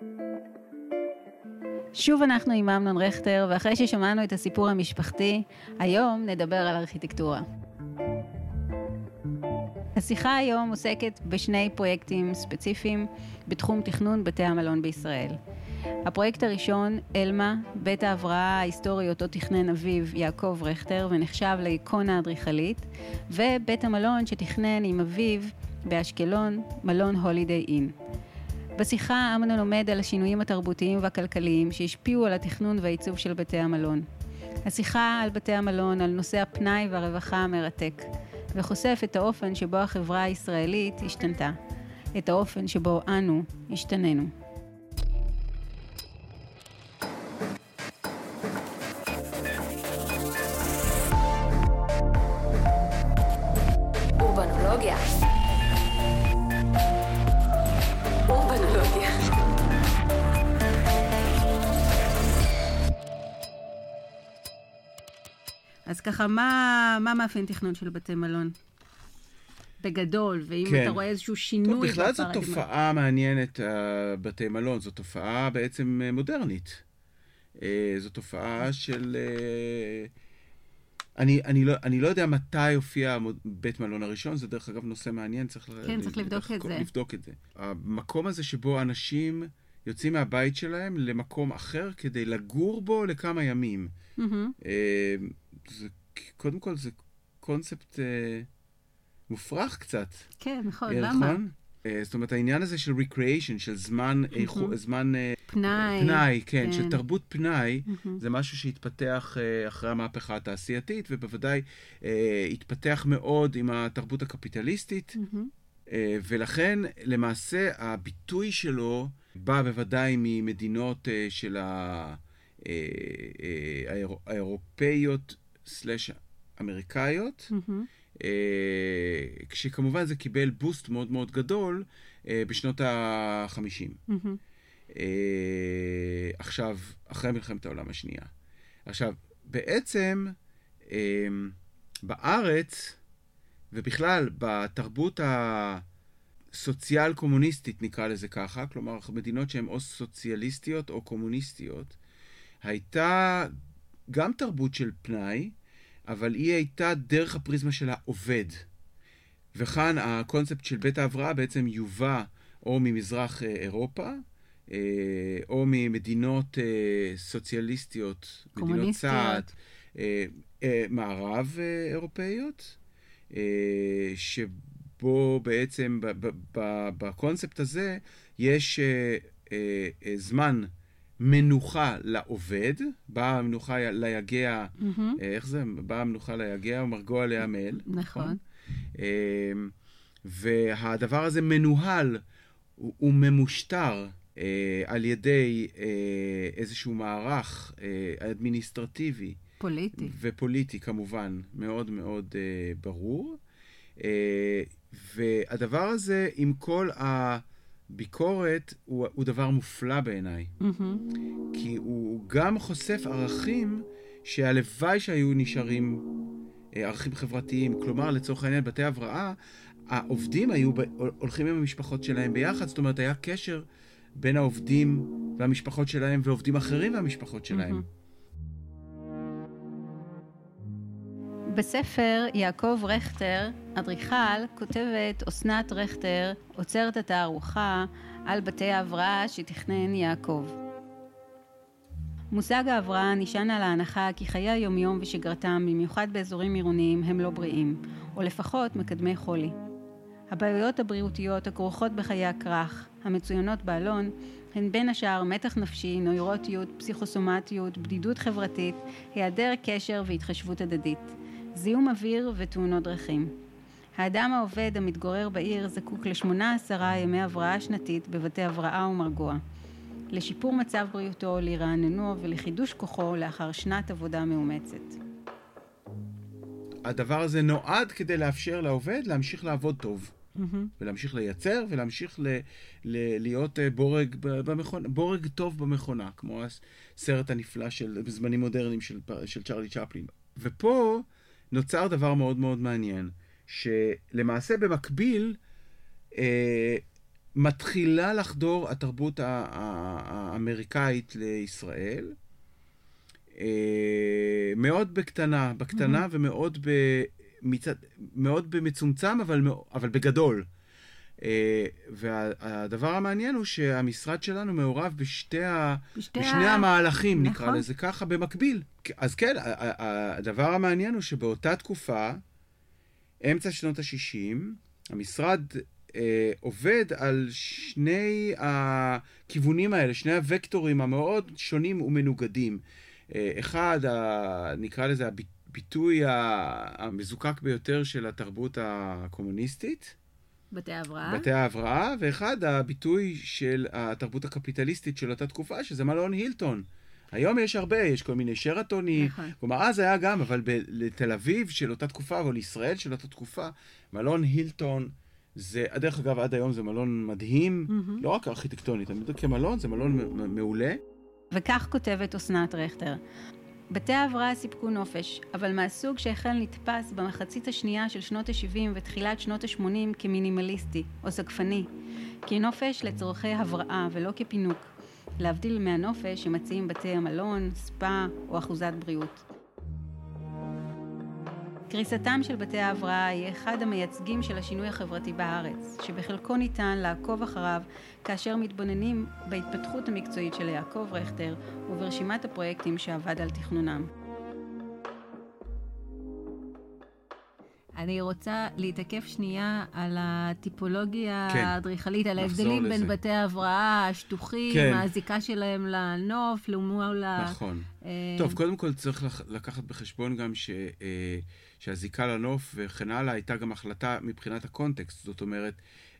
שוב אנחנו עם אמנון רכטר, ואחרי ששמענו את הסיפור המשפחתי, היום נדבר על ארכיטקטורה. השיחה היום עוסקת בשני פרויקטים ספציפיים בתחום תכנון בתי המלון בישראל. הפרויקט הראשון, אלמה, בית ההבראה ההיסטורי אותו תכנן אביו יעקב רכטר ונחשב לאיקונה אדריכלית, ובית המלון שתכנן עם אביו באשקלון, מלון הולידיי אין. בשיחה אמנון עומד על השינויים התרבותיים והכלכליים שהשפיעו על התכנון והעיצוב של בתי המלון. השיחה על בתי המלון, על נושא הפנאי והרווחה המרתק, וחושף את האופן שבו החברה הישראלית השתנתה, את האופן שבו אנו השתננו. אורבנולוגיה. אז ככה, מה מאפיין תכנון של בתי מלון? בגדול, ואם אתה רואה איזשהו שינוי... טוב, בכלל זו תופעה מעניינת, בתי מלון, זו תופעה בעצם מודרנית. זו תופעה של... אני לא יודע מתי הופיע בית מלון הראשון, זה דרך אגב נושא מעניין, צריך לבדוק את זה. המקום הזה שבו אנשים יוצאים מהבית שלהם למקום אחר כדי לגור בו לכמה ימים. קודם כל זה קונספט מופרך קצת. כן, נכון, למה? זאת אומרת, העניין הזה של recreation, של זמן פנאי, כן, של תרבות פנאי, זה משהו שהתפתח אחרי המהפכה התעשייתית, ובוודאי התפתח מאוד עם התרבות הקפיטליסטית, ולכן למעשה הביטוי שלו בא בוודאי ממדינות של האירופאיות סלש אמריקאיות, כשכמובן זה קיבל בוסט מאוד מאוד גדול בשנות ה-50. עכשיו, אחרי מלחמת העולם השנייה. עכשיו, בעצם בארץ, ובכלל בתרבות הסוציאל קומוניסטית נקרא לזה ככה, כלומר מדינות שהן או סוציאליסטיות או קומוניסטיות, הייתה גם תרבות של פנאי, אבל היא הייתה דרך הפריזמה של העובד. וכאן הקונספט של בית ההבראה בעצם יובא או ממזרח אירופה, או ממדינות סוציאליסטיות, מדינות צעד, מערב אירופאיות, שבו בעצם בקונספט הזה יש זמן מנוחה לעובד, באה המנוחה ליגע, איך זה? באה המנוחה ליגע ומרגוע לעמל. נכון. והדבר הזה מנוהל, הוא ממושטר על ידי איזשהו מערך אדמיניסטרטיבי. פוליטי. ופוליטי כמובן, מאוד מאוד ברור. והדבר הזה עם כל ביקורת הוא דבר מופלא בעיניי. כי הוא גם חושף ערכים שהלוואי שהיו נשארים ערכים חברתיים. כלומר, לצורך העניין, בתי הבראה, העובדים היו הולכים עם המשפחות שלהם ביחד. זאת אומרת, היה קשר בין העובדים והמשפחות שלהם ועובדים אחרים והמשפחות שלהם. בספר יעקב רכטר, אדריכל, כותבת אסנת רכטר, עוצרת את התערוכה על בתי ההבראה שתכנן יעקב. מושג ההבראה נשען על ההנחה כי חיי היומיום ושגרתם, במיוחד באזורים עירוניים, הם לא בריאים, או לפחות מקדמי חולי. הבעיות הבריאותיות הכרוכות בחיי הכרך, המצוינות באלון, הן בין השאר מתח נפשי, נוירוטיות, פסיכוסומטיות, בדידות חברתית, היעדר קשר והתחשבות הדדית. זיהום אוויר ותאונות דרכים. האדם העובד המתגורר בעיר זקוק ל18 ימי הבראה שנתית בבתי הבראה ומרגוע. לשיפור מצב בריאותו, לרעננו ולחידוש כוחו לאחר שנת עבודה מאומצת. הדבר הזה נועד כדי לאפשר לעובד להמשיך לעבוד טוב. ולהמשיך לייצר ולהמשיך להיות בורג טוב במכונה, כמו הסרט הנפלא בזמנים מודרניים של צ'רלי צ'פלין. ופה נוצר דבר מאוד מאוד מעניין, שלמעשה במקביל מתחילה לחדור התרבות האמריקאית לישראל, מאוד בקטנה ומאוד מאוד במצומצם, אבל בגדול. והדבר המעניין הוא שהמשרד שלנו מעורב בשני המהלכים, נקרא לזה ככה, במקביל. אז כן, הדבר המעניין הוא שבאותה תקופה, אמצע שנות ה-60, המשרד עובד על שני הכיוונים האלה, שני הוקטורים המאוד שונים ומנוגדים. אחד, נקרא לזה הביטוי המזוקק ביותר של התרבות הקומוניסטית, בתי ההבראה, ואחד, הביטוי של התרבות הקפיטליסטית של אותה תקופה, שזה מלון הילטון. היום יש הרבה, יש כל מיני שרתונים, כלומר, אז היה גם, אבל לתל אביב של אותה תקופה, או לישראל של אותה תקופה, מלון הילטון, זה, דרך אגב, עד היום זה מלון מדהים, לא רק ארכיטקטונית, אני יודע כמלון, זה מלון מעולה. וכך כותבת אסנת רכטר. בתי ההבראה סיפקו נופש, אבל מהסוג שהחל נתפס במחצית השנייה של שנות ה-70 ותחילת שנות ה-80 כמינימליסטי או סגפני, כנופש לצורכי הבראה ולא כפינוק, להבדיל מהנופש שמציעים בתי המלון, ספא או אחוזת בריאות. קריסתם של בתי ההבראה היא אחד המייצגים של השינוי החברתי בארץ, שבחלקו ניתן לעקוב אחריו כאשר מתבוננים בהתפתחות המקצועית של יעקב רכטר וברשימת הפרויקטים שעבד על תכנונם. אני רוצה להתעכב שנייה על הטיפולוגיה האדריכלית, על ההבדלים בין בתי ההבראה, השטוחים, הזיקה שלהם לנוף, לעומת נכון. טוב, קודם כל צריך לקחת בחשבון גם שהזיקה לנוף וכן הלאה הייתה גם החלטה מבחינת הקונטקסט. זאת אומרת,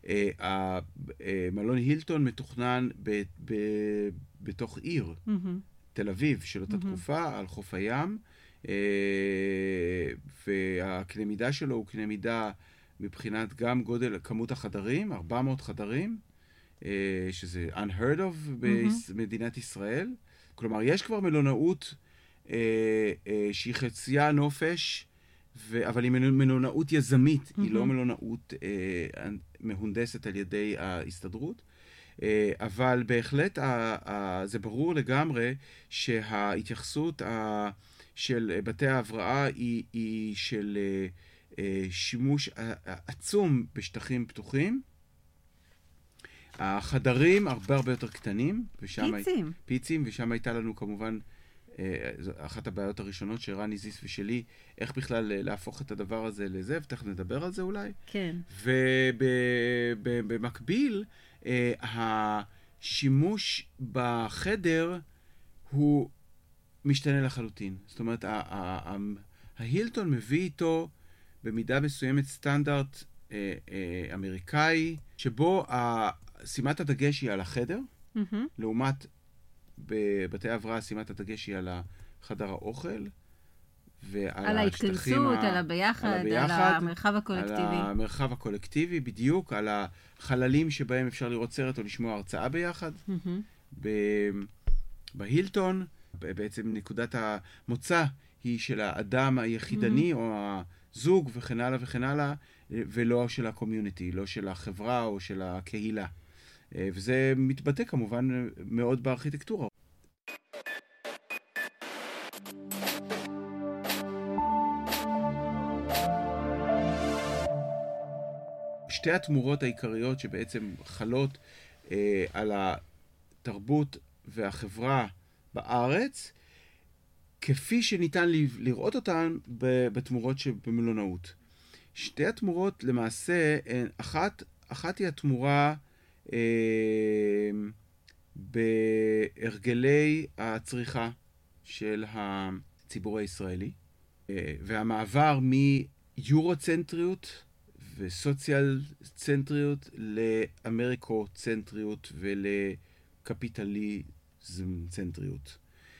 מלון הילטון מתוכנן בתוך עיר, תל אביב של אותה תקופה, על חוף הים, והקנה מידה שלו הוא קנה מידה מבחינת גם גודל, כמות החדרים, 400 חדרים, שזה unheard of במדינת ישראל. כלומר, יש כבר מלונאות שהיא חציה נופש, אבל היא מלונאות יזמית, היא לא מלונאות מהונדסת על ידי ההסתדרות. אבל בהחלט זה ברור לגמרי שההתייחסות של בתי ההבראה היא של שימוש עצום בשטחים פתוחים. החדרים הרבה יותר קטנים. פיצים, ושם הייתה לנו כמובן אחת הבעיות הראשונות שרני זיס ושלי, איך בכלל להפוך את הדבר הזה לזה, ותכף נדבר על זה אולי. כן. ובמקביל, השימוש בחדר הוא משתנה לחלוטין. זאת אומרת, ההילטון מביא איתו במידה מסוימת סטנדרט אמריקאי, שבו שימת הדגש היא על החדר, לעומת בבתי ההבראה שימת הדגש היא על חדר האוכל, על ההתכנסות, על הביחד, על המרחב הקולקטיבי. על המרחב הקולקטיבי, בדיוק, על החללים שבהם אפשר לראות סרט או לשמוע הרצאה ביחד. בהילטון, בעצם נקודת המוצא היא של האדם היחידני או הזוג וכן הלאה וכן הלאה, ולא של הקומיוניטי, לא של החברה או של הקהילה. וזה מתבטא כמובן מאוד בארכיטקטורה. שתי התמורות העיקריות שבעצם חלות על התרבות והחברה בארץ, כפי שניתן לראות אותן בתמורות שבמלונאות. שתי התמורות למעשה, אחת היא התמורה בהרגלי הצריכה של הציבור הישראלי, והמעבר מיורוצנטריות וסוציאל צנטריות לאמריקו-צנטריות ולקפיטליזם צנטריות.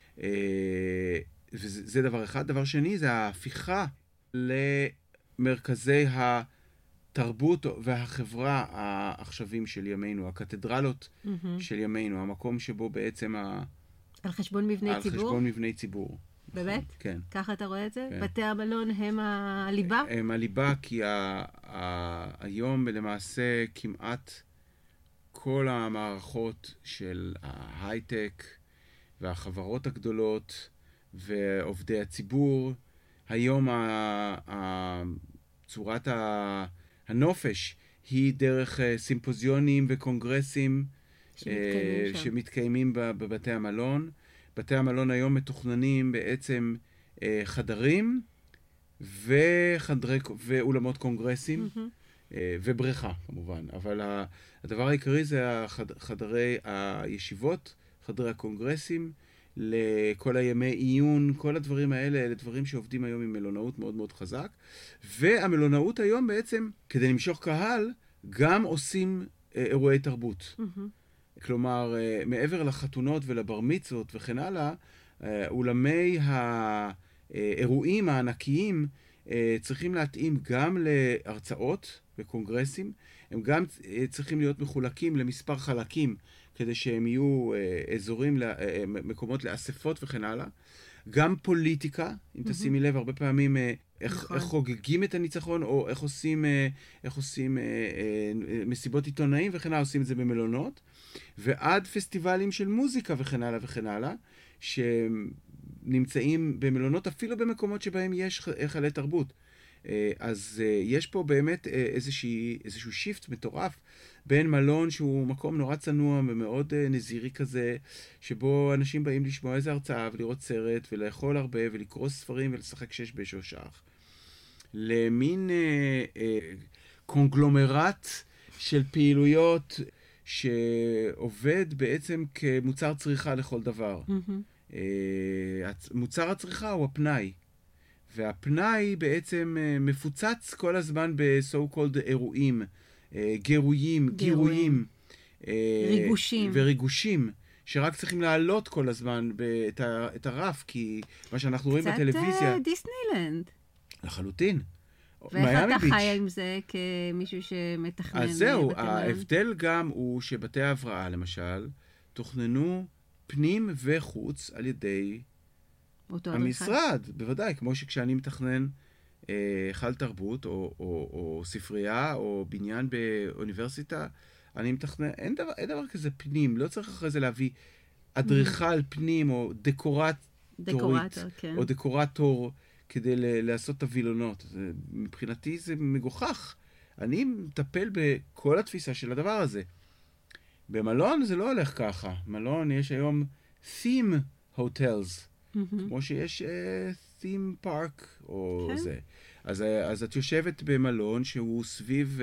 וזה דבר אחד. דבר שני, זה ההפיכה למרכזי התרבות והחברה העכשוויים של ימינו, הקתדרלות של ימינו, המקום שבו בעצם על חשבון מבני ציבור? על חשבון מבני ציבור. באמת? כן. ככה אתה רואה את זה? כן. בתי המלון הם הליבה? הם הליבה, כי היום למעשה כמעט כל המערכות של ההייטק והחברות הגדולות ועובדי הציבור. היום צורת הנופש היא דרך סימפוזיונים וקונגרסים שמתקיימים בבתי המלון. בתי המלון היום מתוכננים בעצם חדרים ואולמות קונגרסים ובריכה כמובן. אבל הדבר העיקרי זה חדרי הישיבות, חדרי הקונגרסים, לכל הימי עיון, כל הדברים האלה, אלה דברים שעובדים היום עם מלונאות מאוד מאוד חזק. והמלונאות היום בעצם, כדי למשוך קהל, גם עושים אירועי תרבות. כלומר, מעבר לחתונות ולבר מצוות וכן הלאה, אולמי האירועים הענקיים צריכים להתאים גם להרצאות וקונגרסים. הם גם צריכים להיות מחולקים למספר חלקים, כדי שהם יהיו אזורים, מקומות לאספות וכן הלאה. גם פוליטיקה, אם תשימי לב, הרבה פעמים איך חוגגים את הניצחון, או איך עושים מסיבות עיתונאים וכן הלאה, עושים את זה במלונות. ועד פסטיבלים של מוזיקה וכן הלאה וכן הלאה, שנמצאים במלונות אפילו במקומות שבהם יש היכלי תרבות. אז יש פה באמת איזשהו שיפט מטורף בין מלון שהוא מקום נורא צנוע ומאוד נזירי כזה, שבו אנשים באים לשמוע איזה הרצאה ולראות סרט ולאכול הרבה ולקרוא ספרים ולשחק 6 בש או שח, למין קונגלומרט של פעילויות שעובד בעצם כמוצר צריכה לכל דבר. מוצר הצריכה הוא הפנאי. והפנאי בעצם מפוצץ כל הזמן ב-so called אירועים, גירויים, וריגושים, שרק צריכים לעלות כל הזמן את הרף, כי מה שאנחנו רואים בטלוויזיה... קצת דיסנילנד. לחלוטין. ואיך אתה חי עם זה כמישהו שמתכנן? אז זהו, ההבדל גם הוא שבתי ההבראה, למשל, תוכננו פנים וחוץ על ידי... המשרד, בוודאי, כמו שכשאני מתכנן היכל תרבות או ספרייה או בניין באוניברסיטה, אני מתכנן, אין דבר כזה פנים, לא צריך אחרי זה להביא אדריכל פנים או דקורטורית, או דקורטור כדי לעשות את הווילונות. מבחינתי זה מגוחך. אני מטפל בכל התפיסה של הדבר הזה. במלון זה לא הולך ככה. מלון יש היום theme hotels. כמו שיש theme park או זה. אז את יושבת במלון שהוא סביב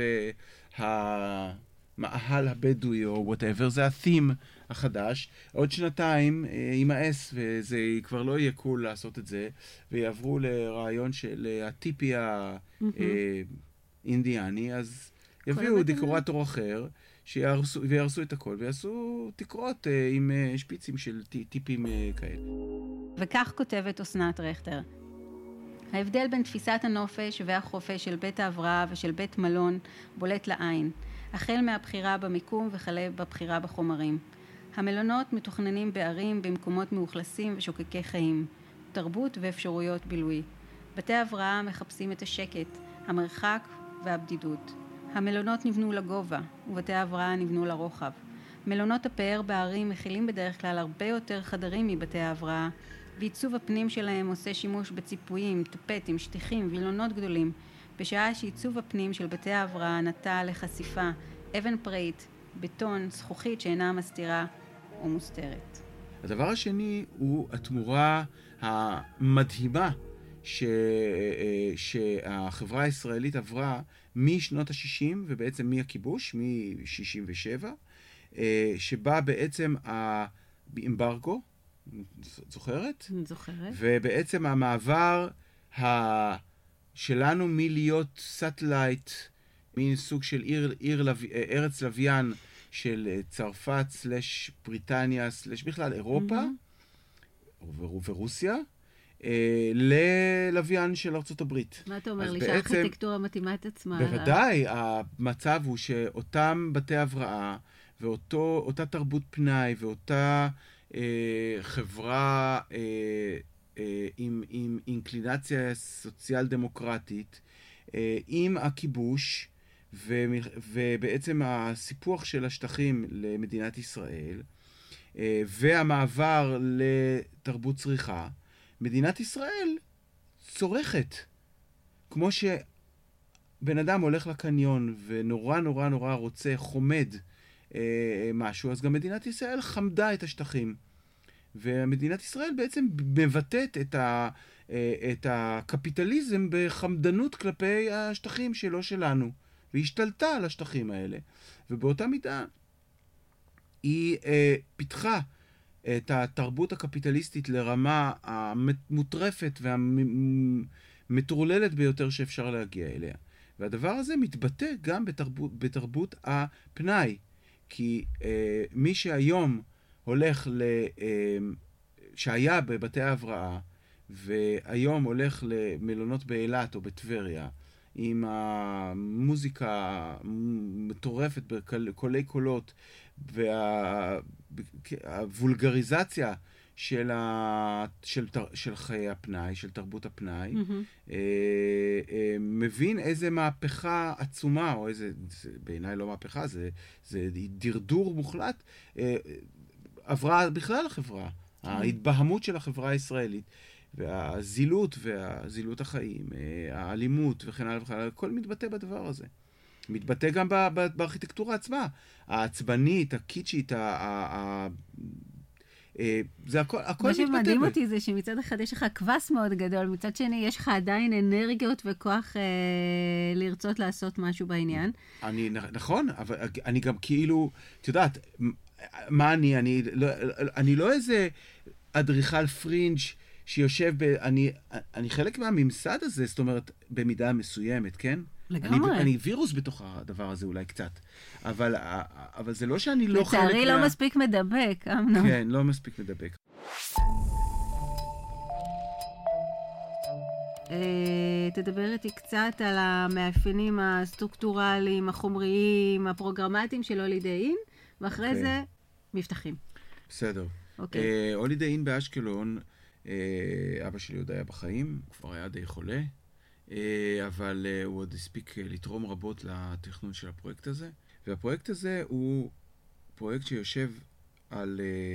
המאהל הבדואי או whatever, זה ה-theme החדש. עוד שנתיים יימאס וזה כבר לא יהיה קול לעשות את זה, ויעברו לרעיון של הטיפי האינדיאני, אז יביאו דקורטור אחר, וירסו את הכל, ויעשו תקרות עם שפיצים של טיפים כאלה. וכך כותבת אסנת רכטר. ההבדל בין תפיסת הנופש והחופש של בית ההבראה ושל בית מלון בולט לעין, החל מהבחירה במיקום וכלה בבחירה בחומרים. המלונות מתוכננים בערים, במקומות מאוכלסים ושוקקי חיים, תרבות ואפשרויות בילוי. בתי ההבראה מחפשים את השקט, המרחק והבדידות. המלונות נבנו לגובה, ובתי ההבראה נבנו לרוחב. מלונות הפאר בערים מכילים בדרך כלל הרבה יותר חדרים מבתי ההבראה, ועיצוב הפנים שלהם עושה שימוש בציפויים, טפטים, שטיחים, וילונות גדולים, בשעה שעיצוב הפנים של בתי ההבראה נטה לחשיפה, אבן פראית, בטון, זכוכית שאינה מסתירה או מוסתרת. הדבר השני הוא התמורה המדהימה שהחברה הישראלית עברה משנות ה-60 ובעצם מהכיבוש, מ-67, שבה בעצם האמברגו, זוכרת? זוכרת. ובעצם המעבר שלנו מלהיות סטלייט, מין סוג של ארץ לוויין של צרפת סלש בריטניה סלש בכלל אירופה ורוסיה, ללוויין של ארצות הברית. מה אתה אומר לי? שהארכיטקטורה מתאימה את עצמה? בוודאי, המצב הוא שאותם בתי הבראה ואותה תרבות פנאי ואותה חברה עם אינקלינציה סוציאל דמוקרטית, עם הכיבוש ובעצם הסיפוח של השטחים למדינת ישראל, והמעבר לתרבות צריכה, מדינת ישראל צורכת. כמו שבן אדם הולך לקניון ונורא נורא נורא רוצה, חומד משהו, אז גם מדינת ישראל חמדה את השטחים. ומדינת ישראל בעצם מבטאת את הקפיטליזם בחמדנות כלפי השטחים שלא שלנו. והשתלטה על השטחים האלה. ובאותה מידה היא פיתחה את התרבות הקפיטליסטית לרמה המוטרפת והמטורללת ביותר שאפשר להגיע אליה. והדבר הזה מתבטא גם בתרבות הפנאי. כי מי שהיום הולך שהיה בבתי ההבראה, והיום הולך למלונות באילת או בטבריה, עם המוזיקה המטורפת בקולי קולות, והוולגריזציה של חיי הפנאי, של תרבות הפנאי, מבין איזה מהפכה עצומה, או איזה, בעיניי לא מהפכה, זה דרדור מוחלט, עברה בכלל החברה, ההתבהמות של החברה הישראלית, והזילות החיים, האלימות וכן הלאה וכן הלאה, הכל מתבטא בדבר הזה. מתבטא גם בארכיטקטורה עצמה, העצבנית, הקיצ'ית, זה הכל מתבטא. מה שמדהים אותי זה שמצד אחד יש לך כבס מאוד גדול, מצד שני יש לך עדיין אנרגיות וכוח לרצות לעשות משהו בעניין. נכון, אבל אני גם כאילו, את יודעת, מה אני לא איזה אדריכל פרינג' שיושב אני חלק מהממסד הזה, זאת אומרת, במידה מסוימת, כן? לגמרי. אני וירוס בתוך הדבר הזה אולי קצת. אבל זה לא שאני לא חלק לצערי לא מספיק מדבק, אמנון. כן, לא מספיק מדבק. תדבר איתי קצת על המאפיינים הסטרוקטורליים, החומריים, הפרוגרמטיים של הולידיי אין, ואחרי זה מבטחים. בסדר. הולידיי אין באשקלון, אבא שלי עוד היה בחיים, הוא כבר היה די חולה, אבל הוא עוד הספיק לתרום רבות לתכנון של הפרויקט הזה. והפרויקט הזה הוא פרויקט שיושב על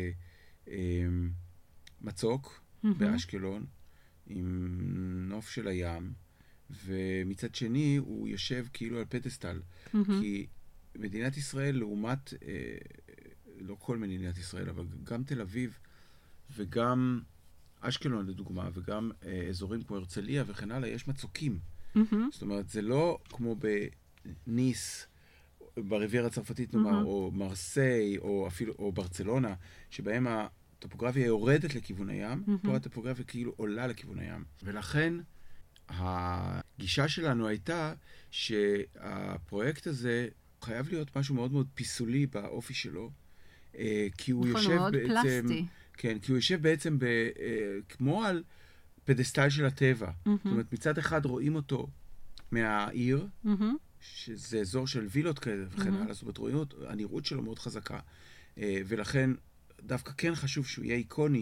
מצוק באשקלון, עם נוף של הים, ומצד שני הוא יושב כאילו על פדסטל, כי מדינת ישראל לעומת, לא כל מדינת ישראל, אבל גם תל אביב וגם אשקלון לדוגמה, וגם אזורים כמו הרצליה וכן הלאה, יש מצוקים. זאת אומרת, זה לא כמו בניס, בריביירה הצרפתית נאמר, או מרסיי, או אפילו, או ברצלונה, שבהם הטופוגרפיה יורדת לכיוון הים, פה הטופוגרפיה כאילו עולה לכיוון הים. ולכן הגישה שלנו הייתה שהפרויקט הזה חייב להיות משהו מאוד מאוד פיסולי באופי שלו, כי הוא יושב מאוד פלסטי. כן, כי הוא יושב בעצם כמו על פדסטל של הטבע. זאת אומרת, מצד אחד רואים אותו מהעיר, שזה אזור של וילות כאלה וכן הלאה, זאת אומרת, רואים אותו, הנראות שלו מאוד חזקה. ולכן דווקא כן חשוב שהוא יהיה איקוני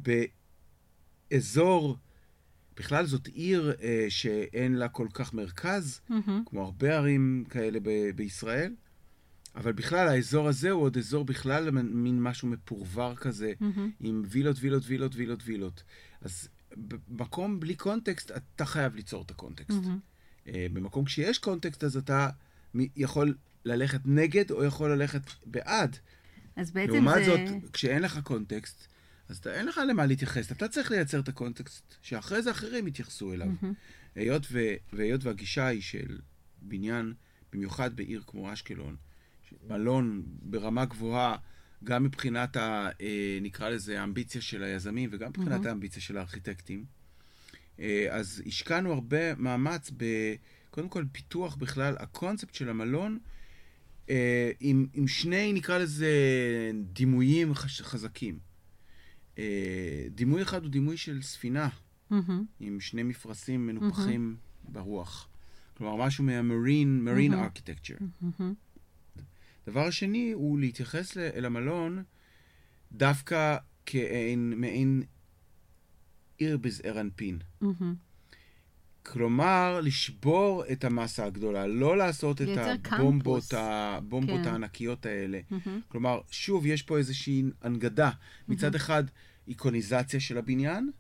באזור, בכלל זאת עיר שאין לה כל כך מרכז, כמו הרבה ערים כאלה בישראל, אבל בכלל האזור הזה הוא עוד אזור בכלל מין משהו מפורבר כזה, עם וילות. אז במקום בלי קונטקסט, אתה חייב ליצור את הקונטקסט. במקום כשיש קונטקסט, אז אתה יכול ללכת נגד או יכול ללכת בעד. אז בעצם לעומת זאת, כשאין לך קונטקסט, אז אין לך למה להתייחס. אתה צריך לייצר את הקונטקסט, שאחרי זה אחרים יתייחסו אליו. והיות והגישה היא של בניין, במיוחד בעיר כמו אשקלון, מלון ברמה גבוהה, גם מבחינת נקרא לזה האמביציה של היזמים, וגם מבחינת האמביציה של הארכיטקטים. אז השקענו הרבה מאמץ קודם כל פיתוח בכלל, הקונספט של המלון, עם שני, נקרא לזה, דימויים חזקים. דימוי אחד הוא דימוי של ספינה, עם שני מפרשים מנופחים ברוח. כלומר, משהו מהמרין ארכיטקצ'ר. דבר השני הוא להתייחס אל המלון דווקא מעין עיר בזעיר אנפין. כלומר, לשבור את המסה הגדולה, לא לעשות את הבומבות הענקיות האלה. כלומר, שוב, יש פה איזושהי הנגדה. מצד אחד, איקוניזציה של הבניין,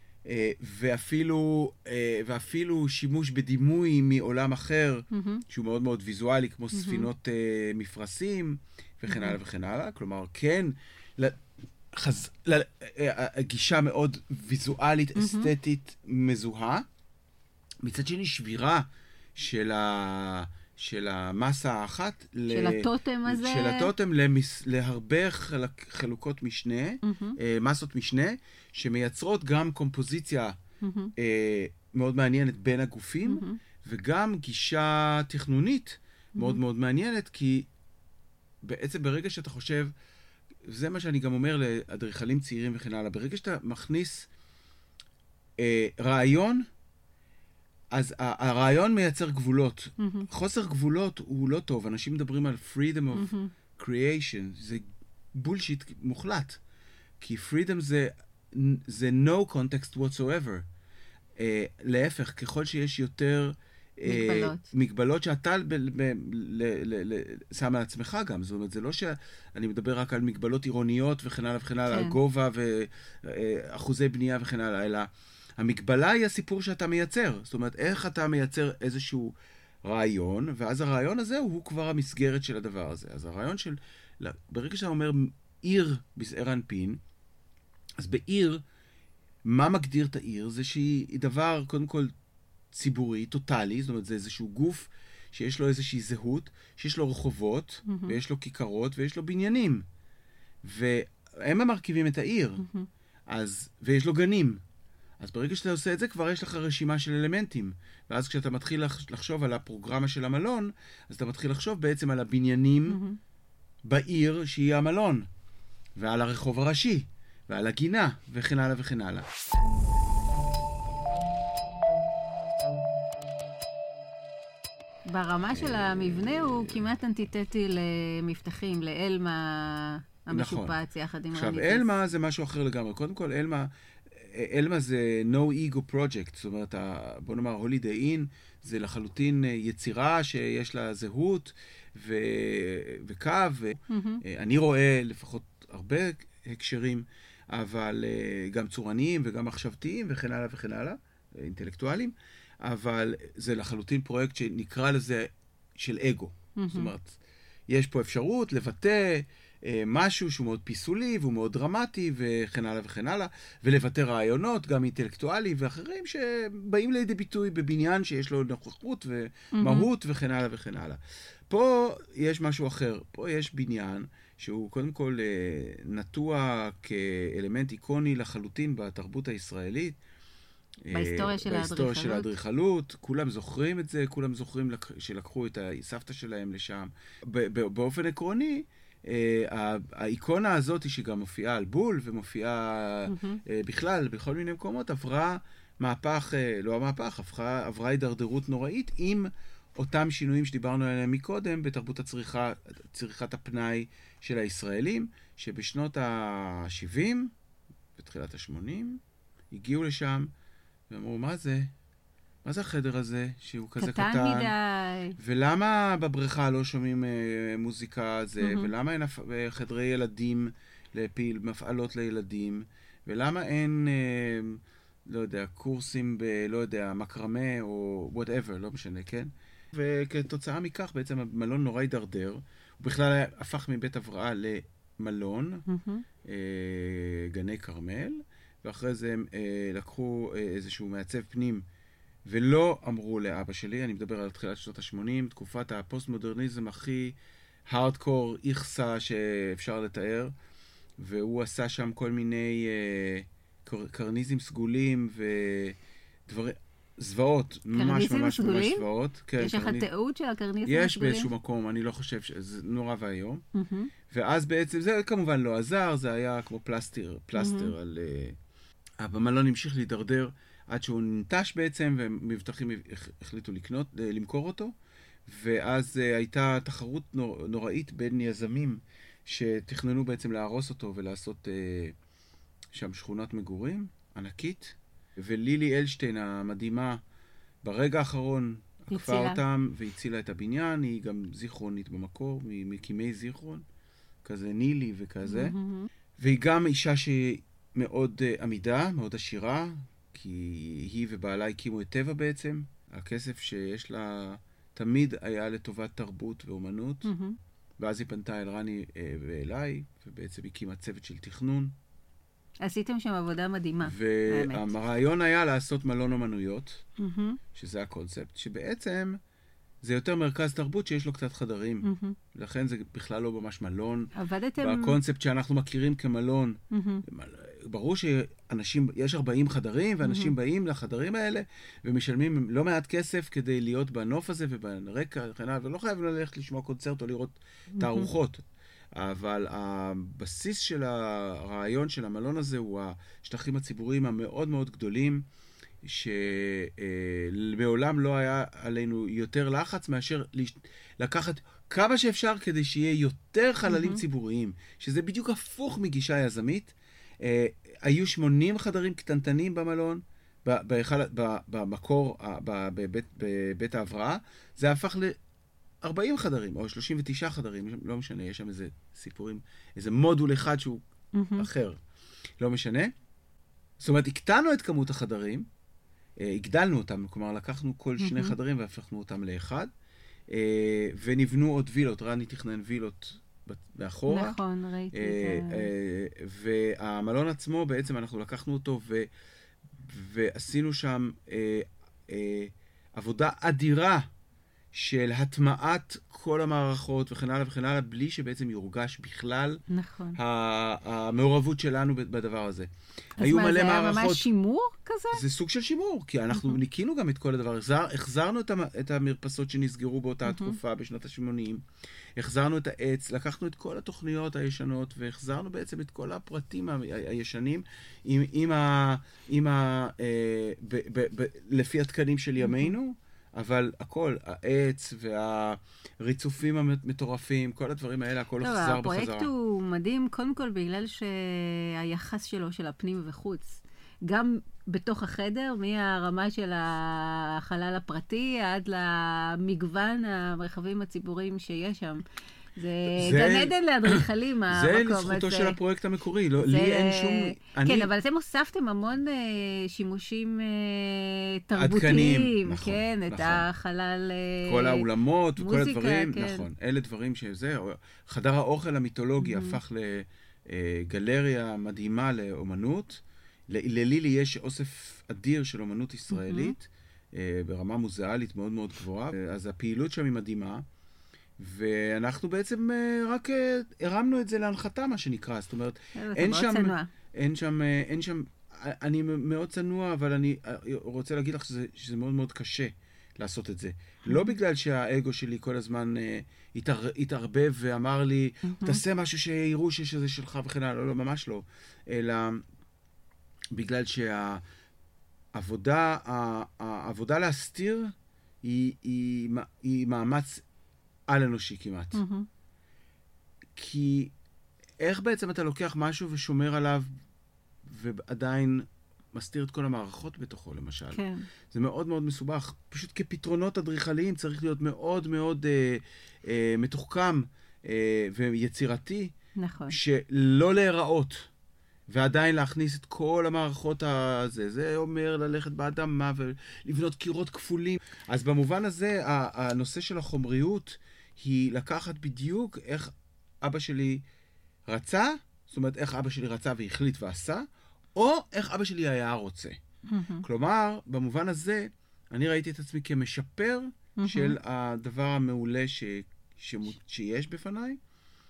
ואפילו שימוש בדימוי מעולם אחר, שהוא מאוד מאוד ויזואלי, כמו ספינות מפרשים, וכן הלאה וכן הלאה. כלומר, כן, גישה מאוד ויזואלית, אסתטית, מזוהה. מצד שני, שבירה של המסה האחת, של הטוטם הזה, של הטוטם להרבה חלוקות משנה, מסות משנה, שמייצרות גם קומפוזיציה מאוד מעניינת בין הגופים, וגם גישה תכנונית מאוד מאוד מעניינת, כי בעצם ברגע שאתה חושב, זה מה שאני גם אומר לאדריכלים צעירים וכן הלאה, ברגע שאתה מכניס רעיון, אז הרעיון מייצר גבולות. חוסר גבולות הוא לא טוב. אנשים מדברים על freedom of creation. זה בולשיט מוחלט. כי freedom זה no context whatsoever. להפך, ככל שיש יותר מגבלות שאתה שם על עצמך גם. זאת אומרת, זה לא שאני מדבר רק על מגבלות עירוניות וכן הלאה וכן הלאה, על גובה ואחוזי בנייה וכן הלאה, אלא המגבלה היא הסיפור שאתה מייצר. זאת אומרת, איך אתה מייצר איזשהו רעיון, ואז הרעיון הזה הוא כבר המסגרת של הדבר הזה. אז הרעיון של, ברגע שאתה אומר עיר בזעיר אנפין, אז בעיר, מה מגדיר את העיר? זה שהיא דבר, קודם כל, ציבורי, טוטלי, זאת אומרת, זה איזשהו גוף שיש לו איזושהי זהות, שיש לו רחובות, ויש לו כיכרות, ויש לו בניינים. והם המרכיבים את העיר. ויש לו גנים. אז ברגע שאתה עושה את זה, כבר יש לך רשימה של אלמנטים. ואז כשאתה מתחיל לחשוב על הפרוגרמה של המלון, אז אתה מתחיל לחשוב בעצם על הבניינים בעיר שהיא המלון, ועל הרחוב הראשי, ועל הגינה, וכן הלאה וכן הלאה. ברמה של המבנה הוא כמעט אנטיתטי למבטחים, לאלמה המשופץ יחד עם עכשיו, אלמה זה משהו אחר לגמרי. קודם כל, אלמה זה no ego project, זאת אומרת, בוא נאמר, holiday inn, זה לחלוטין יצירה שיש לה זהות וקו, אני רואה לפחות הרבה הקשרים, אבל גם צורניים וגם מחשבתיים וכן הלאה וכן הלאה, אינטלקטואליים, אבל זה לחלוטין פרויקט שנקרא לזה של אגו. זאת אומרת, יש פה אפשרות לבטא משהו שהוא מאוד פיסולי והוא מאוד דרמטי וכן הלאה וכן הלאה, ולבטא רעיונות גם אינטלקטואלי ואחרים שבאים לידי ביטוי בבניין שיש לו נוכחות ומהות וכן הלאה וכן הלאה. פה יש משהו אחר, פה יש בניין שהוא קודם כל נטוע כאלמנט איקוני לחלוטין בתרבות הישראלית, בהיסטוריה של האדריכלות, כולם זוכרים את זה, כולם זוכרים שלקחו את הסבתא שלהם לשם. באופן עקרוני, האיקונה הזאת שגם מופיעה על בול ומופיעה בכלל בכל מיני מקומות, עברה מהפך, לא המהפך, עברה הידרדרות נוראית עם אותם שינויים שדיברנו עליהם מקודם בתרבות צריכת הפנאי של הישראלים, שבשנות ה-70, בתחילת ה-80, הגיעו לשם ואמרו, מה זה? מה זה החדר הזה שהוא כזה קטן? קטן מדי. ולמה בבריכה לא שומעים מוזיקה הזה? ולמה אין חדרי ילדים מפעלות לילדים? ולמה אין, לא יודע, קורסים לא יודע, מקרמה או whatever, לא משנה, כן? וכתוצאה מכך בעצם המלון נורא הידרדר. הוא בכלל הפך מבית הבראה למלון, גני קרמל, ואחרי זה הם לקחו איזשהו מעצב פנים, ולא אמרו לאבא שלי, אני מדבר על תחילת שנות ה-80, תקופת הפוסט-מודרניזם הכי הארדקור איכסה שאפשר לתאר, והוא עשה שם כל מיני קרניזם סגולים ודברים, זוועות, ממש ממש ממש זוועות. יש לך תיעוד של הקרניזם הסגולים? יש באיזשהו מקום, אני לא חושב שזה נורא והיום. ואז בעצם, זה כמובן לא עזר, זה היה כמו פלסטר על... המלון המשיך להידרדר עד שהוא ננטש בעצם, ומבטחים החליטו למכור אותו, ואז הייתה תחרות נוראית בין יזמים שתכננו בעצם להרוס אותו ולעשות שם שכונת מגורים ענקית, ולילי אלשטיין המדהימה ברגע האחרון עקפה הצילה. אותם והצילה את הבניין, היא גם זיכרונית במקור, ממקימי זיכרון, כזה נילי וכזה. והיא גם אישה שהיא מאוד עמידה, מאוד עשירה, כי היא ובעלה הקימו את טבע בעצם. הכסף שיש לה תמיד היה לטובת תרבות ואומנות. ואז היא פנתה אל רני ואליי, ובעצם הקימה צוות של תכנון. עשיתם שם עבודה מדהימה, האמת. והרעיון היה לעשות מלון אומנויות, שזה הקונספט, שבעצם זה יותר מרכז תרבות שיש לו קצת חדרים. לכן זה בכלל לא ממש מלון. עבדתם... בקונספט שאנחנו מכירים כמלון, ברור שאנשים, יש 40 חדרים, ואנשים באים לחדרים האלה, ומשלמים לא מעט כסף כדי להיות בנוף הזה וברקע, ולא חייבים ללכת לשמוע קונצרט או לראות תערוכות. אבל הבסיס של הרעיון של המלון הזה הוא השטחים הציבוריים המאוד מאוד גדולים, שמעולם לא היה עלינו יותר לחץ מאשר לקחת כמה שאפשר כדי שיהיה יותר חללים ציבוריים, שזה בדיוק הפוך מגישה יזמית. היו 80 חדרים קטנטנים במלון, במקור, בבית ההבראה, זה הפך ל-40 חדרים, או 39 חדרים, לא משנה, יש שם איזה סיפורים, איזה מודול אחד שהוא אחר, לא משנה. זאת אומרת, הקטנו את כמות החדרים, הגדלנו אותם, כלומר, לקחנו כל שני חדרים והפכנו אותם לאחד, ונבנו עוד וילות, רני תכנן וילות מאחורה. נכון, ראיתי את זה. והמלון עצמו, בעצם אנחנו לקחנו אותו ועשינו שם עבודה אדירה של הטמעת כל המערכות וכן הלאה וכן הלאה, בלי שבעצם יורגש בכלל נכון. המעורבות שלנו בדבר הזה. אז מה, זה היה ממש שימור כזה? זה סוג של שימור, כי אנחנו ניקינו גם את כל הדבר. החזרנו את המרפסות שנסגרו באותה תקופה בשנות ה-80, החזרנו את העץ, לקחנו את כל התוכניות הישנות, והחזרנו בעצם את כל הפרטים הישנים, לפי התקנים של ימינו, אבל הכל, העץ והריצופים המטורפים, כל הדברים האלה, הכל הוחזר בחזרה. הפרויקט הוא מדהים, קודם כל בגלל שהיחס שלו, של הפנים וחוץ, גם בתוך החדר, מהרמה של החלל הפרטי, עד למגוון המרחבים הציבוריים שיש שם. זה גן עדן לאדריכלים, המקום הזה. זה לזכותו של הפרויקט המקורי, לי אין שום... כן, אבל אתם הוספתם המון שימושים תרבותיים, כן, את החלל... כל האולמות וכל הדברים, נכון. אלה דברים שזה, חדר האוכל המיתולוגי הפך לגלריה מדהימה לאומנות. ללילי יש אוסף אדיר של אומנות ישראלית, ברמה מוזיאלית מאוד מאוד גבוהה, אז הפעילות שם היא מדהימה. ואנחנו בעצם רק הרמנו את זה להנחתה, מה שנקרא. זאת אומרת, אין שם, אני מאוד צנוע, אבל אני רוצה להגיד לך שזה מאוד מאוד קשה לעשות את זה. לא בגלל שהאגו שלי כל הזמן התערבב ואמר לי, תעשה משהו שיראו שזה שלך וכן הלאה, לא, ממש לא. אלא בגלל העבודה להסתיר היא מאמץ על אנושי כמעט. כי איך בעצם אתה לוקח משהו ושומר עליו ועדיין מסתיר את כל המערכות בתוכו, למשל? כן. זה מאוד מאוד מסובך. פשוט כפתרונות אדריכליים צריך להיות מאוד מאוד מתוחכם ויצירתי. נכון. שלא להיראות. ועדיין להכניס את כל המערכות הזה. זה אומר ללכת באדמה ולבנות קירות כפולים. אז במובן הזה, הנושא של החומריות היא לקחת בדיוק איך אבא שלי רצה, זאת אומרת, איך אבא שלי רצה והחליט ועשה, או איך אבא שלי היה רוצה. כלומר, במובן הזה, אני ראיתי את עצמי כמשפר של הדבר המעולה שיש בפניי,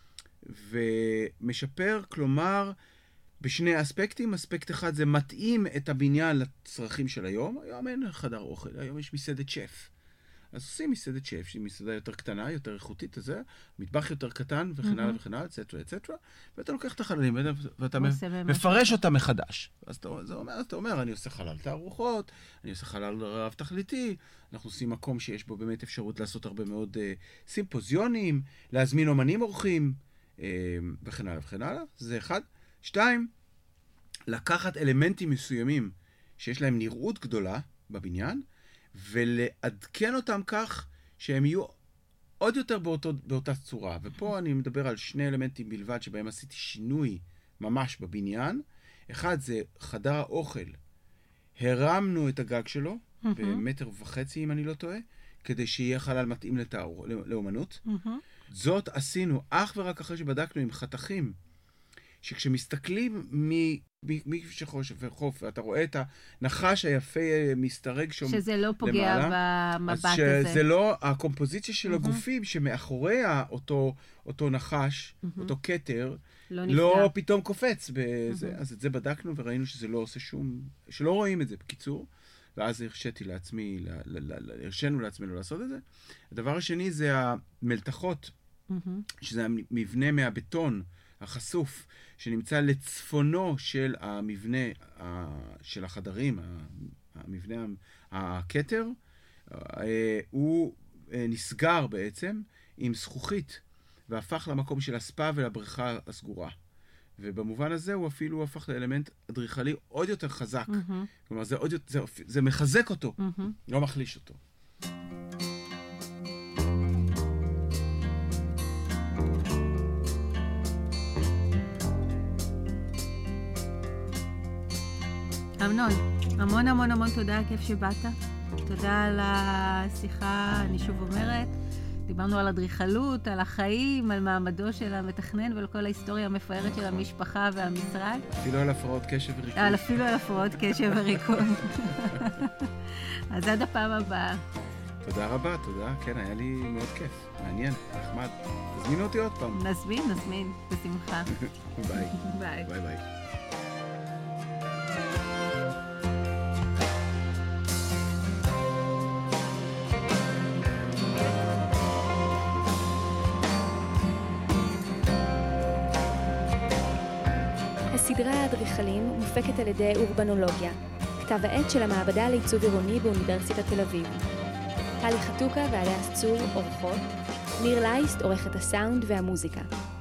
ומשפר, כלומר, בשני אספקטים. אספקט אחד זה מתאים את הבניין לצרכים של היום. היום אין חדר אוכל, היום יש מסעדת שף. אז עושים מסעדת שף, שהיא מסעדה יותר קטנה, יותר איכותית, הזה, מטבח יותר קטן, וכן הלאה וכן הלאה, אצטרה, אצטרה, ואתה לוקח את החללים, ואתה מפרש אותם מחדש. אז אתה אומר, אני עושה חלל תערוכות, אני עושה חלל רב תכליתי, אנחנו עושים מקום שיש בו באמת אפשרות לעשות הרבה מאוד סימפוזיונים, להזמין אומנים אורחים, וכן הלאה וכן הלאה. זה אחד. 2, לקחת אלמנטים מסוימים שיש להם נראות גדולה בבניין, ולעדכן אותם כך שהם יהיו עוד יותר באותה צורה. ופה אני מדבר על שני אלמנטים בלבד שבהם עשיתי שינוי ממש בבניין. אחד זה חדר האוכל. הרמנו את הגג שלו, במטר וחצי אם אני לא טועה, כדי שיהיה חלל מתאים לאומנות. זאת עשינו אך ורק אחרי שבדקנו עם חתכים, שכשמסתכלים משחוש וחוף, ואתה רואה את הנחש היפה מסתרג שם למעלה. שזה לא פוגע במבט הזה. שזה לא, הקומפוזיציה של הגופים שמאחורי אותו נחש, אותו קטר, לא פתאום קופץ בזה. אז את זה בדקנו וראינו שזה לא עושה שלא רואים את זה בקיצור. ואז הרשינו לעצמנו לעשות את זה. הדבר השני זה המלתחות, שזה המבנה מהבטון החשוף, שנמצא לצפונו של המבנה של החדרים, המבנה הכתר, הוא נסגר בעצם עם זכוכית, והפך למקום של הספה ולבריכה הסגורה. ובמובן הזה הוא אפילו הפך לאלמנט אדריכלי עוד יותר חזק. כלומר, זה מחזק אותו, לא מחליש אותו. אמנון, המון המון המון תודה, כיף שבאת. תודה על השיחה, אני שוב אומרת. דיברנו על אדריכלות, על החיים, על מעמדו של המתכנן ועל כל ההיסטוריה המפוארת של המשפחה והמשרד. אפילו על הפרעות קשב וריכוז. אפילו על הפרעות קשב וריכוז. אז עד הפעם הבאה. תודה רבה, תודה. כן, היה לי מאוד כיף. מעניין, נחמד. תזמינו אותי עוד פעם. נזמין, בשמחה. ביי. ביי. ביי ביי. הסדרה האדריכלים מופקת על ידי אורבנולוגיה, כתב העת של המעבדה לעיצוב עירוני באוניברסיטת תל אביב. טלי חתוקה ועליה צור עורכות, ניר לייסט עורכת הסאונד והמוזיקה.